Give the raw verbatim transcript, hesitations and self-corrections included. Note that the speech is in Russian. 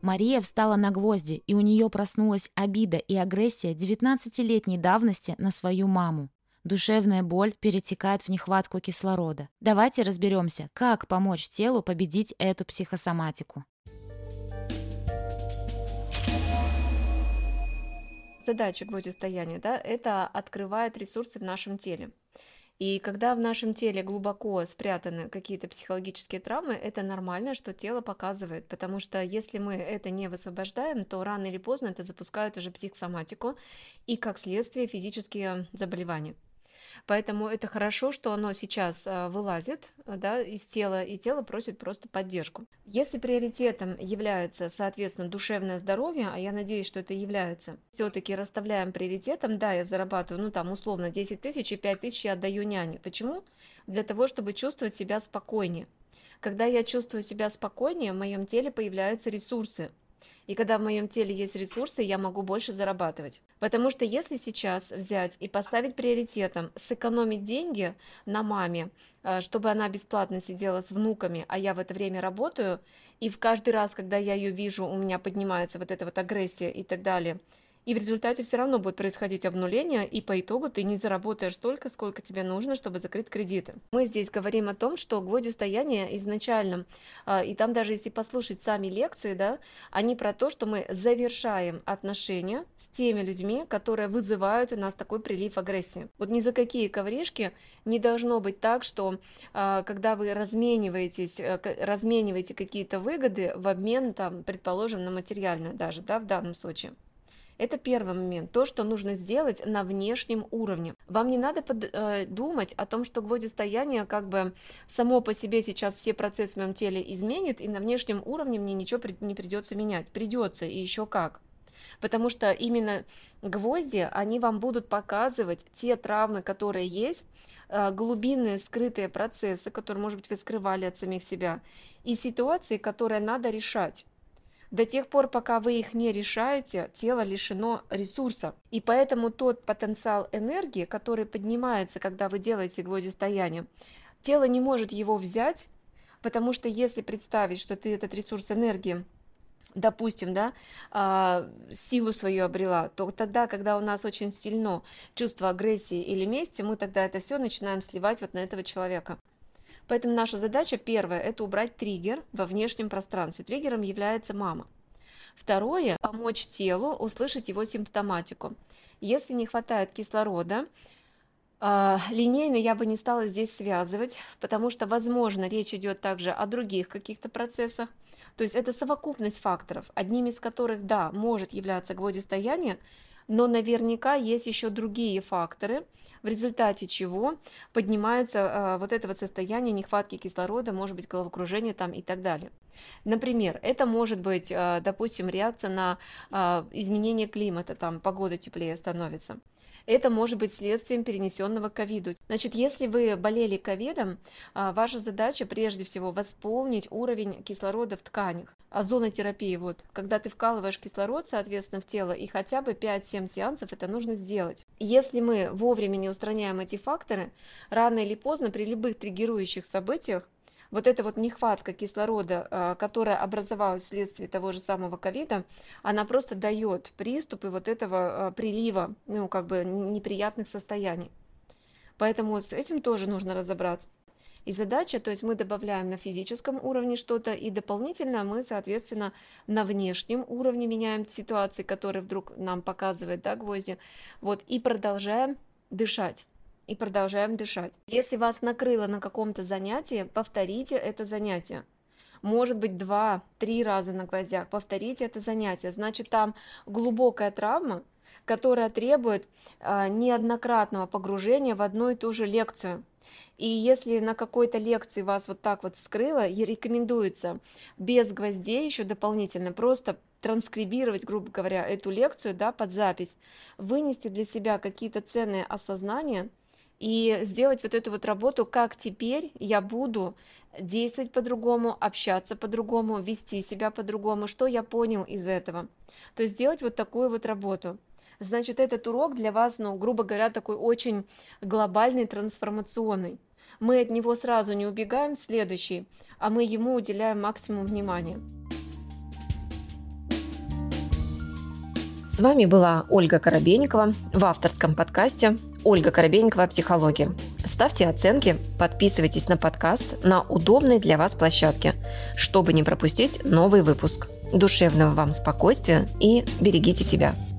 Мария встала на гвозди, и у нее проснулась обида и агрессия девятнадцатилетней давности на свою маму. Душевная боль перетекает в нехватку кислорода. Давайте разберемся, как помочь телу победить эту психосоматику. Задача гвоздистояния, да, это открывает ресурсы в нашем теле. И когда в нашем теле глубоко спрятаны какие-то психологические травмы, это нормально, что тело показывает, потому что если мы это не высвобождаем, то рано или поздно это запускает уже психосоматику и, как следствие, физические заболевания. Поэтому это хорошо, что оно сейчас а, вылазит, а, да, из тела, и тело просит просто поддержку. Если приоритетом является, соответственно, душевное здоровье, а я надеюсь, что это является, все-таки расставляем приоритетом, да, я зарабатываю, ну там условно десять тысяч и пять тысяч я отдаю няне. Почему? Для того, чтобы чувствовать себя спокойнее. Когда я чувствую себя спокойнее, в моем теле появляются ресурсы. И когда в моем теле есть ресурсы, я могу больше зарабатывать. Потому что если сейчас взять и поставить приоритетом, сэкономить деньги на маме, э, чтобы она бесплатно сидела с внуками, а я в это время работаю, и в каждый раз, когда я ее вижу, у меня поднимается вот эта вот агрессия и так далее, и в результате все равно будет происходить обнуление, и по итогу ты не заработаешь столько, сколько тебе нужно, чтобы закрыть кредиты. Мы здесь говорим о том, что гвоздистояние изначально, а, и там даже если послушать сами лекции, да, они про то, что мы завершаем отношения с теми людьми, которые вызывают у нас такой прилив агрессии. Вот ни за какие ковришки не должно быть так, что а, когда вы размениваетесь, э, к- размениваете какие-то выгоды в обмен, там, предположим, на материальное даже, да, в данном случае. Это первый момент, то, что нужно сделать на внешнем уровне. Вам не надо под- э, думать о том, что гвоздистояние как бы само по себе сейчас все процессы в моем теле изменит, и на внешнем уровне мне ничего при- не придется менять. Придется, и еще как. Потому что именно гвозди, они вам будут показывать те травмы, которые есть, э, глубинные скрытые процессы, которые, может быть, вы скрывали от самих себя, и ситуации, которые надо решать. До тех пор, пока вы их не решаете, тело лишено ресурса. И поэтому тот потенциал энергии, который поднимается, когда вы делаете гвоздистояние, тело не может его взять, потому что если представить, что ты этот ресурс энергии, допустим, да, а, силу свою обрела, то тогда, когда у нас очень сильно чувство агрессии или мести, мы тогда это все начинаем сливать вот на этого человека. Поэтому наша задача первая – это убрать триггер во внешнем пространстве. Триггером является мама. Второе – помочь телу услышать его симптоматику. Если не хватает кислорода, а, линейно я бы не стала здесь связывать, потому что, возможно, речь идет также о других каких-то процессах. То есть это совокупность факторов, одним из которых, да, может являться гвоздистояние, но наверняка есть еще другие факторы, в результате чего поднимается а, вот это вот состояние нехватки кислорода, может быть, головокружение там и так далее. Например, это может быть, а, допустим, реакция на а, изменение климата, там погода теплее становится. Это может быть следствием перенесенного ковида. Значит, если вы болели ковидом, а, ваша задача прежде всего восполнить уровень кислорода в тканях. Озонотерапия, вот, когда ты вкалываешь кислород, соответственно, в тело, и хотя бы пять-семь сеансов это нужно сделать. И если мы вовремя не устраняем эти факторы, рано или поздно при любых триггерующих событиях вот эта вот нехватка кислорода, а, которая образовалась вследствие того же самого ковида, она просто дает приступы вот этого а, прилива, ну, как бы неприятных состояний. Поэтому с этим тоже нужно разобраться. И задача, то есть мы добавляем на физическом уровне что-то, и дополнительно мы, соответственно, на внешнем уровне меняем ситуации, которые вдруг нам показывает, да, гвозди, вот, и продолжаем дышать. И продолжаем дышать. Если вас накрыло на каком-то занятии, повторите это занятие. Может быть, два-три раза на гвоздях. Повторите это занятие. Значит, там глубокая травма, которая требует а, неоднократного погружения в одну и ту же лекцию. И если на какой-то лекции вас вот так вот вскрыло, и рекомендуется без гвоздей еще дополнительно просто транскрибировать, грубо говоря, эту лекцию, да, под запись, вынести для себя какие-то ценные осознания и сделать вот эту вот работу, как теперь я буду действовать по-другому, общаться по-другому, вести себя по-другому, что я понял из этого. То есть сделать вот такую вот работу. Значит, этот урок для вас, ну, грубо говоря, такой очень глобальный, трансформационный. Мы от него сразу не убегаем в следующий, а мы ему уделяем максимум внимания. С вами была Ольга Коробейникова в авторском подкасте «Ольга Коробейникова. Психология». Ставьте оценки, подписывайтесь на подкаст на удобной для вас площадке, чтобы не пропустить новый выпуск. Душевного вам спокойствия и берегите себя.